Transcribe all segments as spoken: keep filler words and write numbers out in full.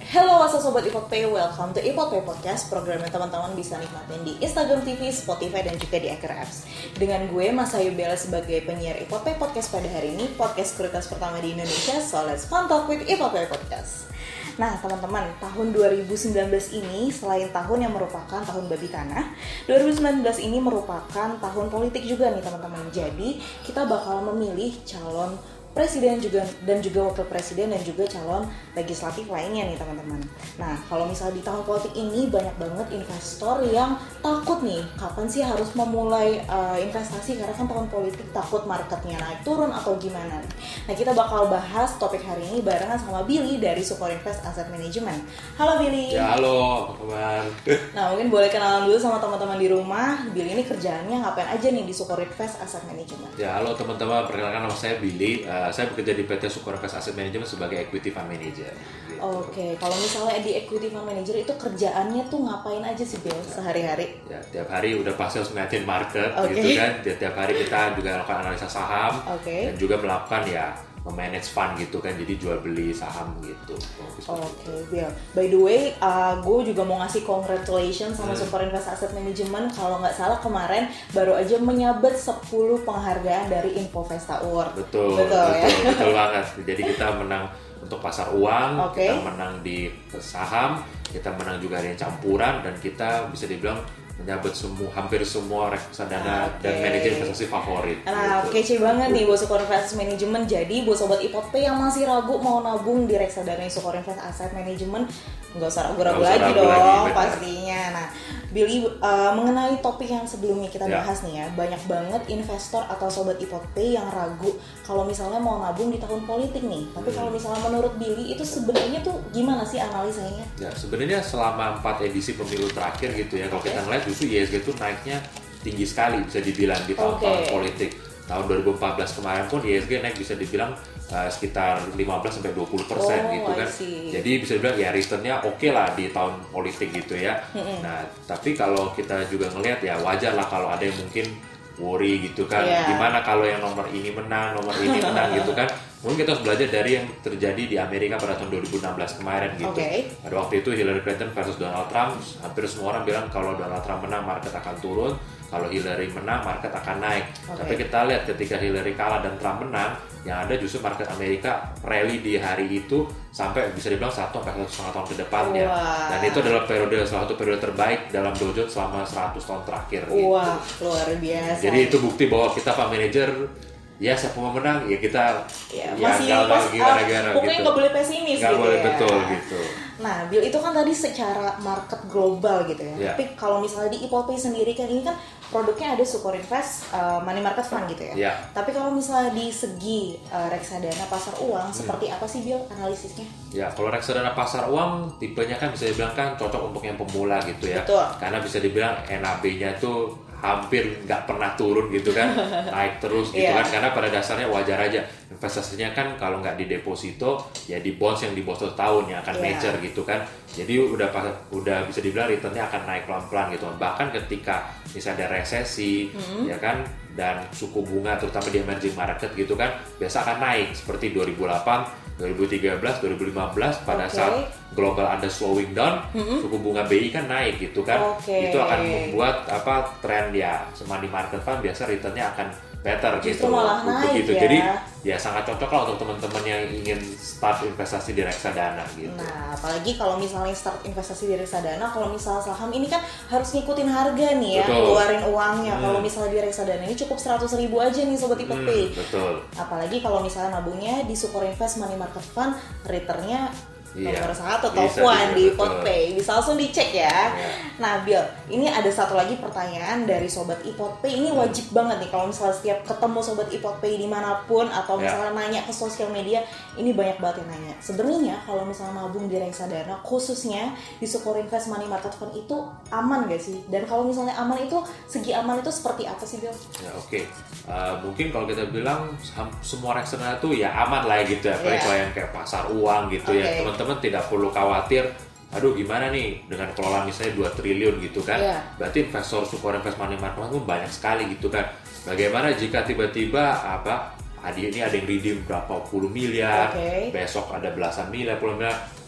Hello what's up Sobat iPod Pay, welcome to iPod Pay Podcast. Program yang teman-teman bisa nikmatin di Instagram T V, Spotify, dan juga di Anchor Apps. Dengan gue, Masayu Bella sebagai penyiar iPod Pay Podcast pada hari ini, podcast kurikulum pertama di Indonesia. So let's fun talk with iPod Pay Podcast. Nah teman-teman, tahun dua ribu sembilan belas ini selain tahun yang merupakan tahun babi tanah, dua ribu sembilan belas ini merupakan tahun politik juga nih teman-teman. Jadi kita bakal memilih calon presiden juga dan juga wakil presiden dan juga calon legislatif lainnya nih teman-teman. Nah kalau misalnya di tahun politik ini banyak banget investor yang takut nih kapan sih harus memulai uh, investasi karena kan tahun politik takut marketnya naik turun atau gimana. Nah kita bakal bahas topik hari ini barengan sama Billy dari Sukor Invest Asset Management. Halo Billy. Ya halo, apa kabar? Nah mungkin boleh kenalan dulu sama teman-teman di rumah. Billy ini kerjaannya ngapain aja nih di Sukor Invest Asset Management? Ya halo teman-teman, perkenalkan nama saya Billy. Uh, saya bekerja di P T Sukor Invest Asset Management sebagai Equity Fund Manager. Gitu. Oke, okay. Kalau misalnya di Equity Fund Manager itu kerjaannya tuh ngapain aja sih Bill ya. Sehari-hari? Ya, tiap hari udah pasti harus ngeliatin market, okay. Gitu kan. Tiap hari kita juga melakukan analisa saham, okay. Dan juga melakukan ya memanage fund gitu kan, jadi jual beli saham gitu. Oke, okay, Bill. By the way, uh, gue juga mau ngasih congratulations sama hmm. Sukor Invest Asset Management. Kalau nggak salah kemarin baru aja menyabet sepuluh penghargaan dari Infovesta Award. Betul, betul, betul, ya? betul, betul banget. Jadi kita menang untuk pasar uang, okay. Kita menang di saham, kita menang juga di campuran, dan kita bisa dibilang menyabet semua hampir semua reksadana okay. Dan manajer investasi favorit. Nah, gitu. Kece banget nih buat Sukor Invest Management. Jadi buat sobat iPod Pay yang masih ragu mau nabung di reksadana Sukor Invest Asset Management, nggak usah ragu-ragu usah lagi ragu dong lagi, pastinya. Nah, Billy, uh, mengenai topik yang sebelumnya kita bahas ya. Nih ya, banyak banget investor atau sobat iPod Pay yang ragu kalau misalnya mau nabung di tahun politik nih. Tapi hmm. kalau misalnya menurut Billy itu sebenarnya tuh gimana sih analisanya? Ya sebenarnya selama empat edisi pemilu terakhir gitu ya, kalau okay. kita ngeliat justru I S G itu naiknya tinggi sekali bisa dibilang di tahun-tahun okay. politik. Tahun dua ribu empat belas kemarin pun I S G naik bisa dibilang uh, sekitar lima belas sampai dua puluh persen oh, gitu kan. Jadi bisa dibilang ya returnnya oke okay lah di tahun politik gitu ya. Mm-hmm. Nah tapi kalau kita juga ngelihat ya wajar lah kalau ada yang mungkin worry gitu kan. Yeah. Gimana kalau yang nomor ini menang, nomor ini menang gitu kan. Mungkin kita harus belajar dari yang terjadi di Amerika pada tahun dua ribu enam belas kemarin gitu. Okay. Pada waktu itu Hillary Clinton versus Donald Trump, hampir semua orang bilang kalau Donald Trump menang market akan turun, kalau Hillary menang market akan naik. Okay. Tapi kita lihat ketika Hillary kalah dan Trump menang, yang ada justru market Amerika rally di hari itu sampai bisa dibilang satu sampai satu setengah tahun ke depannya. Wow. Dan itu adalah periode salah satu periode terbaik dalam Dow Jones selama seratus tahun terakhir. Wah, gitu. Luar biasa. Jadi itu bukti bahwa kita Pak Manager ya siapa mau menang ya kita ya, ya masih gak pas, gimana, uh, gimana, pokoknya gitu. nggak boleh pesimis gak gitu boleh, ya. Betul gitu. Nah Bill itu kan tadi secara market global gitu ya, yeah. Tapi kalau misalnya di iPod Pay sendiri kan ini kan produknya ada Sukor Invest uh, Money Market Fund gitu ya, yeah. Tapi kalau misalnya di segi uh, reksadana pasar uang hmm. seperti apa sih Bill analisisnya? Ya kalau reksadana pasar uang tipenya kan bisa dibilang kan cocok untuk yang pemula gitu ya. Betul. Karena bisa dibilang N A B-nya tuh hampir nggak pernah turun gitu kan, naik terus gitu yeah. kan, karena pada dasarnya wajar aja investasinya kan kalau nggak di deposito ya di bonds yang di bawah satu tahun yang akan yeah. mature gitu kan, jadi udah udah bisa dibilang returnnya akan naik pelan-pelan gitu, bahkan ketika misalnya ada resesi mm-hmm. ya kan dan suku bunga terutama di emerging market gitu kan biasa akan naik seperti dua ribu delapan, dua ribu tiga belas, dua ribu lima belas pada okay. saat global ada slowing down, mm-hmm. suku bunga B I kan naik gitu kan, okay. itu akan membuat apa tren ya money market fund biasa returnnya akan better justru gitu, malah naik gitu. Ya. Jadi ya sangat cocok lah untuk teman-teman yang ingin start investasi di reksadana gitu. Nah, apalagi kalau misalnya start investasi di reksadana, kalau misalnya saham ini kan harus ngikutin harga nih ya, betul. Keluarin uangnya. Hmm. Kalau misalnya di reksadana ini cukup seratus ribu aja nih sobat iPod Pay. Hmm, betul. Apalagi kalau misalnya nabungnya di Sukor Invest Money Market Fund, returnnya iya, nomor satu, top one di iPod Pay. Bisa langsung dicek ya. Yeah. Nah, Bill, ini ada satu lagi pertanyaan dari sobat iPod Pay. Ini wajib banget nih kalau misalnya setiap ketemu sobat iPod Pay dimanapun atau misalnya yeah. nanya ke sosial media, ini banyak banget yang nanya. Sebenarnya kalau misalnya nabung di reksadana, khususnya di Sukor Invest Money Market Fund itu aman gak sih? Dan kalau misalnya aman itu, segi aman itu seperti apa sih, Bill? Ya oke, okay. uh, mungkin kalau kita bilang semua reksadana itu ya aman lah gitu ya. Apalagi yeah. kalau yang kayak pasar uang gitu okay. ya, teman-teman teman tidak perlu khawatir aduh gimana nih dengan kelola misalnya dua triliun gitu kan, yeah. berarti investor Sukor Invest Money Market Fund banyak sekali gitu kan. Bagaimana jika tiba-tiba apa hari ini ada yang redeem berapa puluh miliar, okay. besok ada belasan miliar, puluh miliar,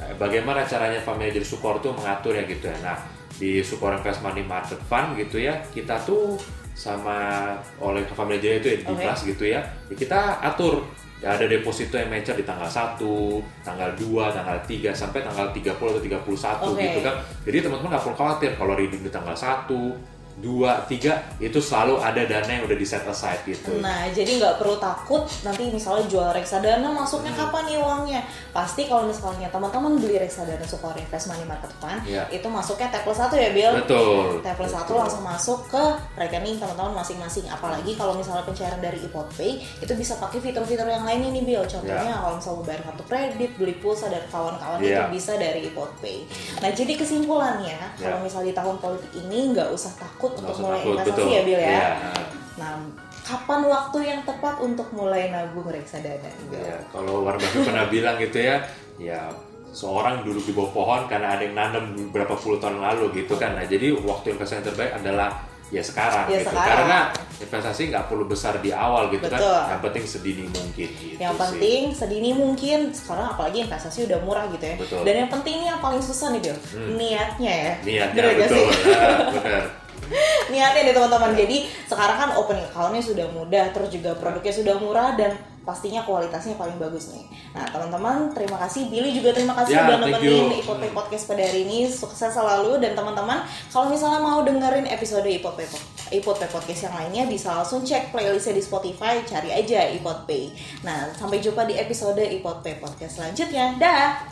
bagaimana caranya Family Ledger Sukor tuh mengatur ya gitu ya. Nah, di Sukor Invest Money Market Fund gitu ya, kita tuh sama oleh Family Ledger itu ya di okay. kelas gitu ya, ya kita atur ya, ada deposito yang mature di tanggal satu, tanggal dua, tanggal tiga, sampai tanggal tiga puluh atau tiga puluh satu okay. gitu kan. Jadi teman-teman nggak perlu khawatir kalau reading di tanggal satu, dua, tiga itu selalu ada dana yang udah di set aside gitu. Nah, jadi nggak perlu takut nanti misalnya jual reksadana masuknya hmm. kapan nih uangnya. Pasti kalau misalnya teman-teman beli reksadana Sukor Invest Money Market Fund, yeah. itu masuknya T plus satu ya, Bill? Betul. T plus satu langsung masuk ke rekening teman-teman masing-masing. Apalagi kalau misalnya pencairan dari iPodPay, itu bisa pakai fitur-fitur yang lainnya nih, Bill. Contohnya yeah. kalau misalnya bayar kartu kredit, beli pulsa dan kawan-kawan yeah. itu bisa dari iPodPay. Nah, jadi kesimpulannya, yeah. kalau misalnya di tahun politik ini nggak usah takut untuk mulai takut, investasi betul. ya, Bill ya. Yeah. Nah, kapan waktu yang tepat untuk mulai nabung reksadana? Ya, kalau Warren Buffett pernah bilang gitu ya, ya seorang duduk di bawah pohon karena ada yang nanam beberapa puluh tahun lalu gitu kan. Nah, jadi waktu investasi yang terbaik adalah ya sekarang ya, gitu. Sekarang. Karena investasi nggak perlu besar di awal gitu. Betul. Kan. Yang penting sedini mungkin gitu. Yang penting sih. sedini mungkin. Sekarang apalagi investasi udah murah gitu ya. Betul. Dan yang penting ini yang paling susah nih, Bill. Hmm. Niatnya ya. Niatnya bener betul. Nah, benar. Niatnya nih teman-teman. Jadi sekarang kan opening account-nya sudah mudah, terus juga produknya sudah murah dan pastinya kualitasnya paling bagus nih. Nah, teman-teman, terima kasih. Billy juga terima kasih ya, udah nemenin iPodPay Podcast pada hari ini. Sukses selalu. Dan teman-teman, kalau misalnya mau dengerin episode iPodPay iPodPay Podcast yang lainnya, bisa langsung cek playlistnya di Spotify, cari aja iPodPay. Nah, sampai jumpa di episode iPodPay Podcast selanjutnya. Dah.